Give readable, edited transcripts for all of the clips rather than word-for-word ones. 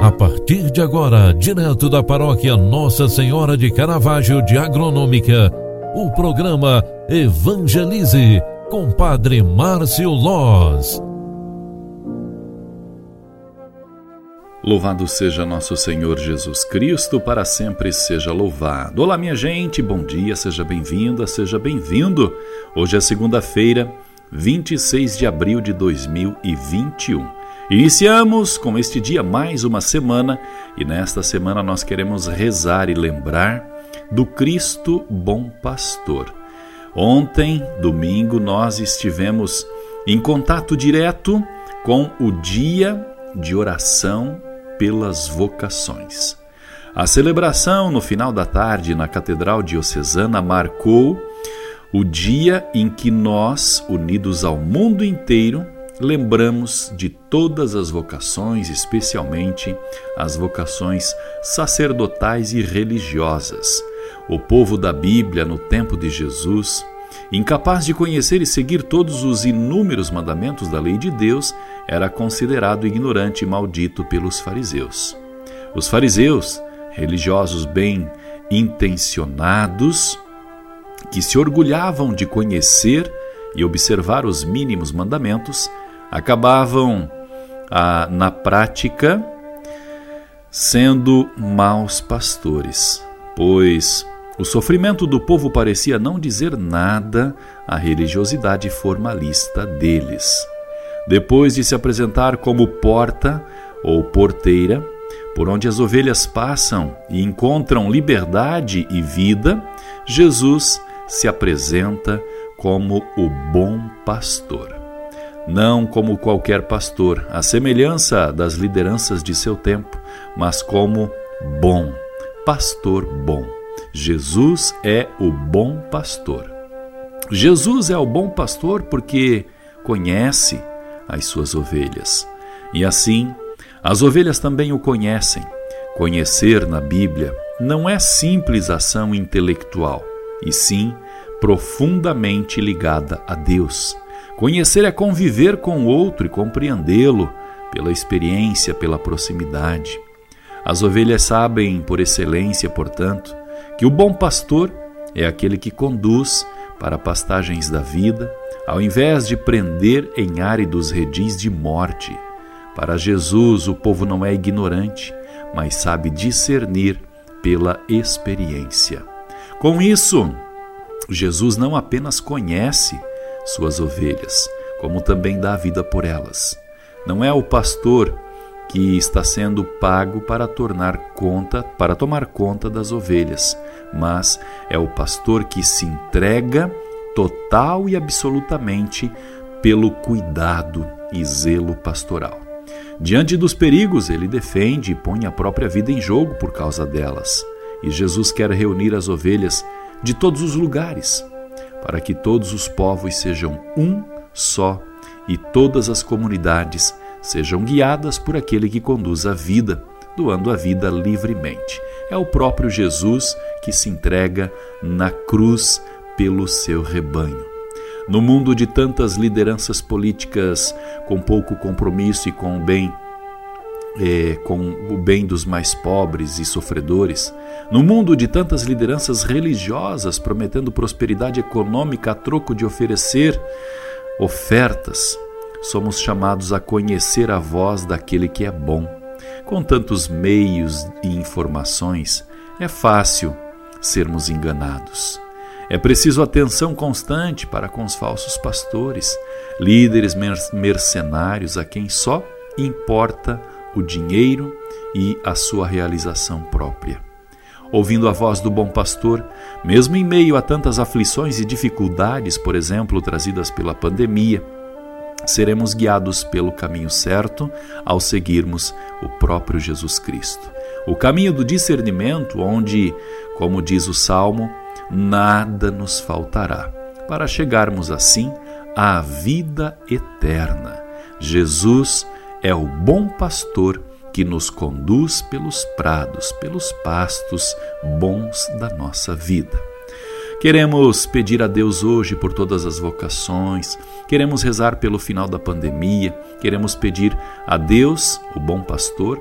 A partir de agora, direto da paróquia Nossa Senhora de Caravaggio de Agronômica, o programa Evangelize com Padre Márcio Loz. Louvado seja nosso Senhor Jesus Cristo, para sempre seja louvado. Olá, minha gente, bom dia, seja bem-vinda, seja bem-vindo. Hoje é segunda-feira, 26 de abril de 2021. Iniciamos com este dia mais uma semana e nesta semana nós queremos rezar e lembrar do Cristo Bom Pastor. Ontem, domingo, nós estivemos em contato direto com o dia de oração pelas vocações. A celebração no final da tarde na Catedral Diocesana marcou o dia em que nós, unidos ao mundo inteiro, lembramos de todas as vocações, especialmente as vocações sacerdotais e religiosas. O povo da Bíblia, no tempo de Jesus, incapaz de conhecer e seguir todos os inúmeros mandamentos da lei de Deus, era considerado ignorante e maldito pelos fariseus. Os fariseus, religiosos bem intencionados, que se orgulhavam de conhecer e observar os mínimos mandamentos, acabavam, na prática, sendo maus pastores, pois o sofrimento do povo parecia não dizer nada à religiosidade formalista deles. Depois de se apresentar como porta ou porteira, por onde as ovelhas passam e encontram liberdade e vida, Jesus se apresenta como o bom pastor. Não como qualquer pastor, à semelhança das lideranças de seu tempo, mas como bom, pastor bom. Jesus é o bom pastor. Jesus é o bom pastor porque conhece as suas ovelhas. E assim, as ovelhas também o conhecem. Conhecer na Bíblia não é simples ação intelectual, e sim profundamente ligada a Deus. Conhecer é conviver com o outro e compreendê-lo pela experiência, pela proximidade. As ovelhas sabem, por excelência, portanto, que o bom pastor é aquele que conduz para pastagens da vida, ao invés de prender em áridos redis de morte. Para Jesus, o povo não é ignorante, mas sabe discernir pela experiência. Com isso, Jesus não apenas conhece suas ovelhas, como também dá a vida por elas. Não é o pastor que está sendo pago para tomar conta das ovelhas, mas é o pastor que se entrega total e absolutamente pelo cuidado e zelo pastoral. Diante dos perigos, ele defende e põe a própria vida em jogo por causa delas. E Jesus quer reunir as ovelhas de todos os lugares, para que todos os povos sejam um só e todas as comunidades sejam guiadas por aquele que conduz a vida, doando a vida livremente. É o próprio Jesus que se entrega na cruz pelo seu rebanho. No mundo de tantas lideranças políticas com pouco compromisso e com o bem dos mais pobres e sofredores, no mundo de tantas lideranças religiosas prometendo prosperidade econômica a troco de oferecer ofertas, somos chamados a conhecer a voz daquele que é bom. Com tantos meios e informações, é fácil sermos enganados. É preciso atenção constante para com os falsos pastores, líderes mercenários a quem só importa o dinheiro e a sua realização própria. Ouvindo a voz do bom pastor, mesmo em meio a tantas aflições e dificuldades, por exemplo, trazidas pela pandemia, seremos guiados pelo caminho certo ao seguirmos o próprio Jesus Cristo. O caminho do discernimento, onde, como diz o Salmo, nada nos faltará, para chegarmos assim à vida eterna. Jesus é o bom pastor que nos conduz pelos prados, pelos pastos bons da nossa vida. Queremos pedir a Deus hoje por todas as vocações, queremos rezar pelo final da pandemia, queremos pedir a Deus, o bom pastor,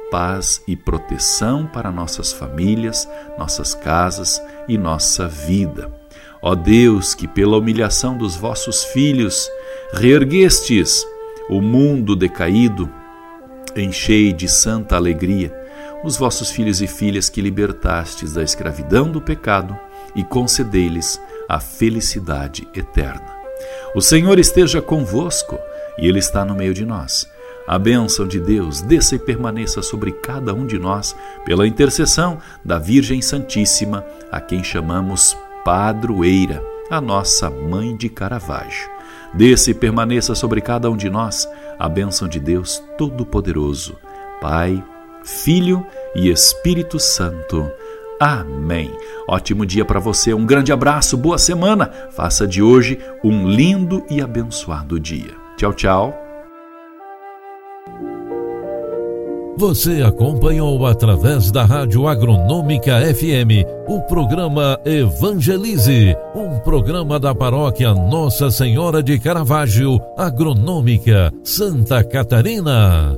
paz e proteção para nossas famílias, nossas casas e nossa vida. Ó Deus, que pela humilhação dos vossos filhos reerguestes o mundo decaído, enchei de santa alegria os vossos filhos e filhas que libertastes da escravidão do pecado e concedei-lhes a felicidade eterna. O Senhor esteja convosco e Ele está no meio de nós. A bênção de Deus desça e permaneça sobre cada um de nós pela intercessão da Virgem Santíssima, a quem chamamos Padroeira, a nossa Mãe de Caravaggio. Desça e permaneça sobre cada um de nós a bênção de Deus Todo-Poderoso, Pai, Filho e Espírito Santo. Amém. Ótimo dia para você, um grande abraço, boa semana. Faça de hoje um lindo e abençoado dia. Tchau, tchau. Você acompanhou através da Rádio Agronômica FM o programa Evangelize, um programa da paróquia Nossa Senhora de Caravaggio, Agronômica, Santa Catarina.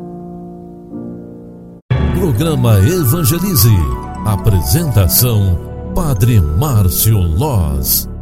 Programa Evangelize. Apresentação: Padre Márcio Loz.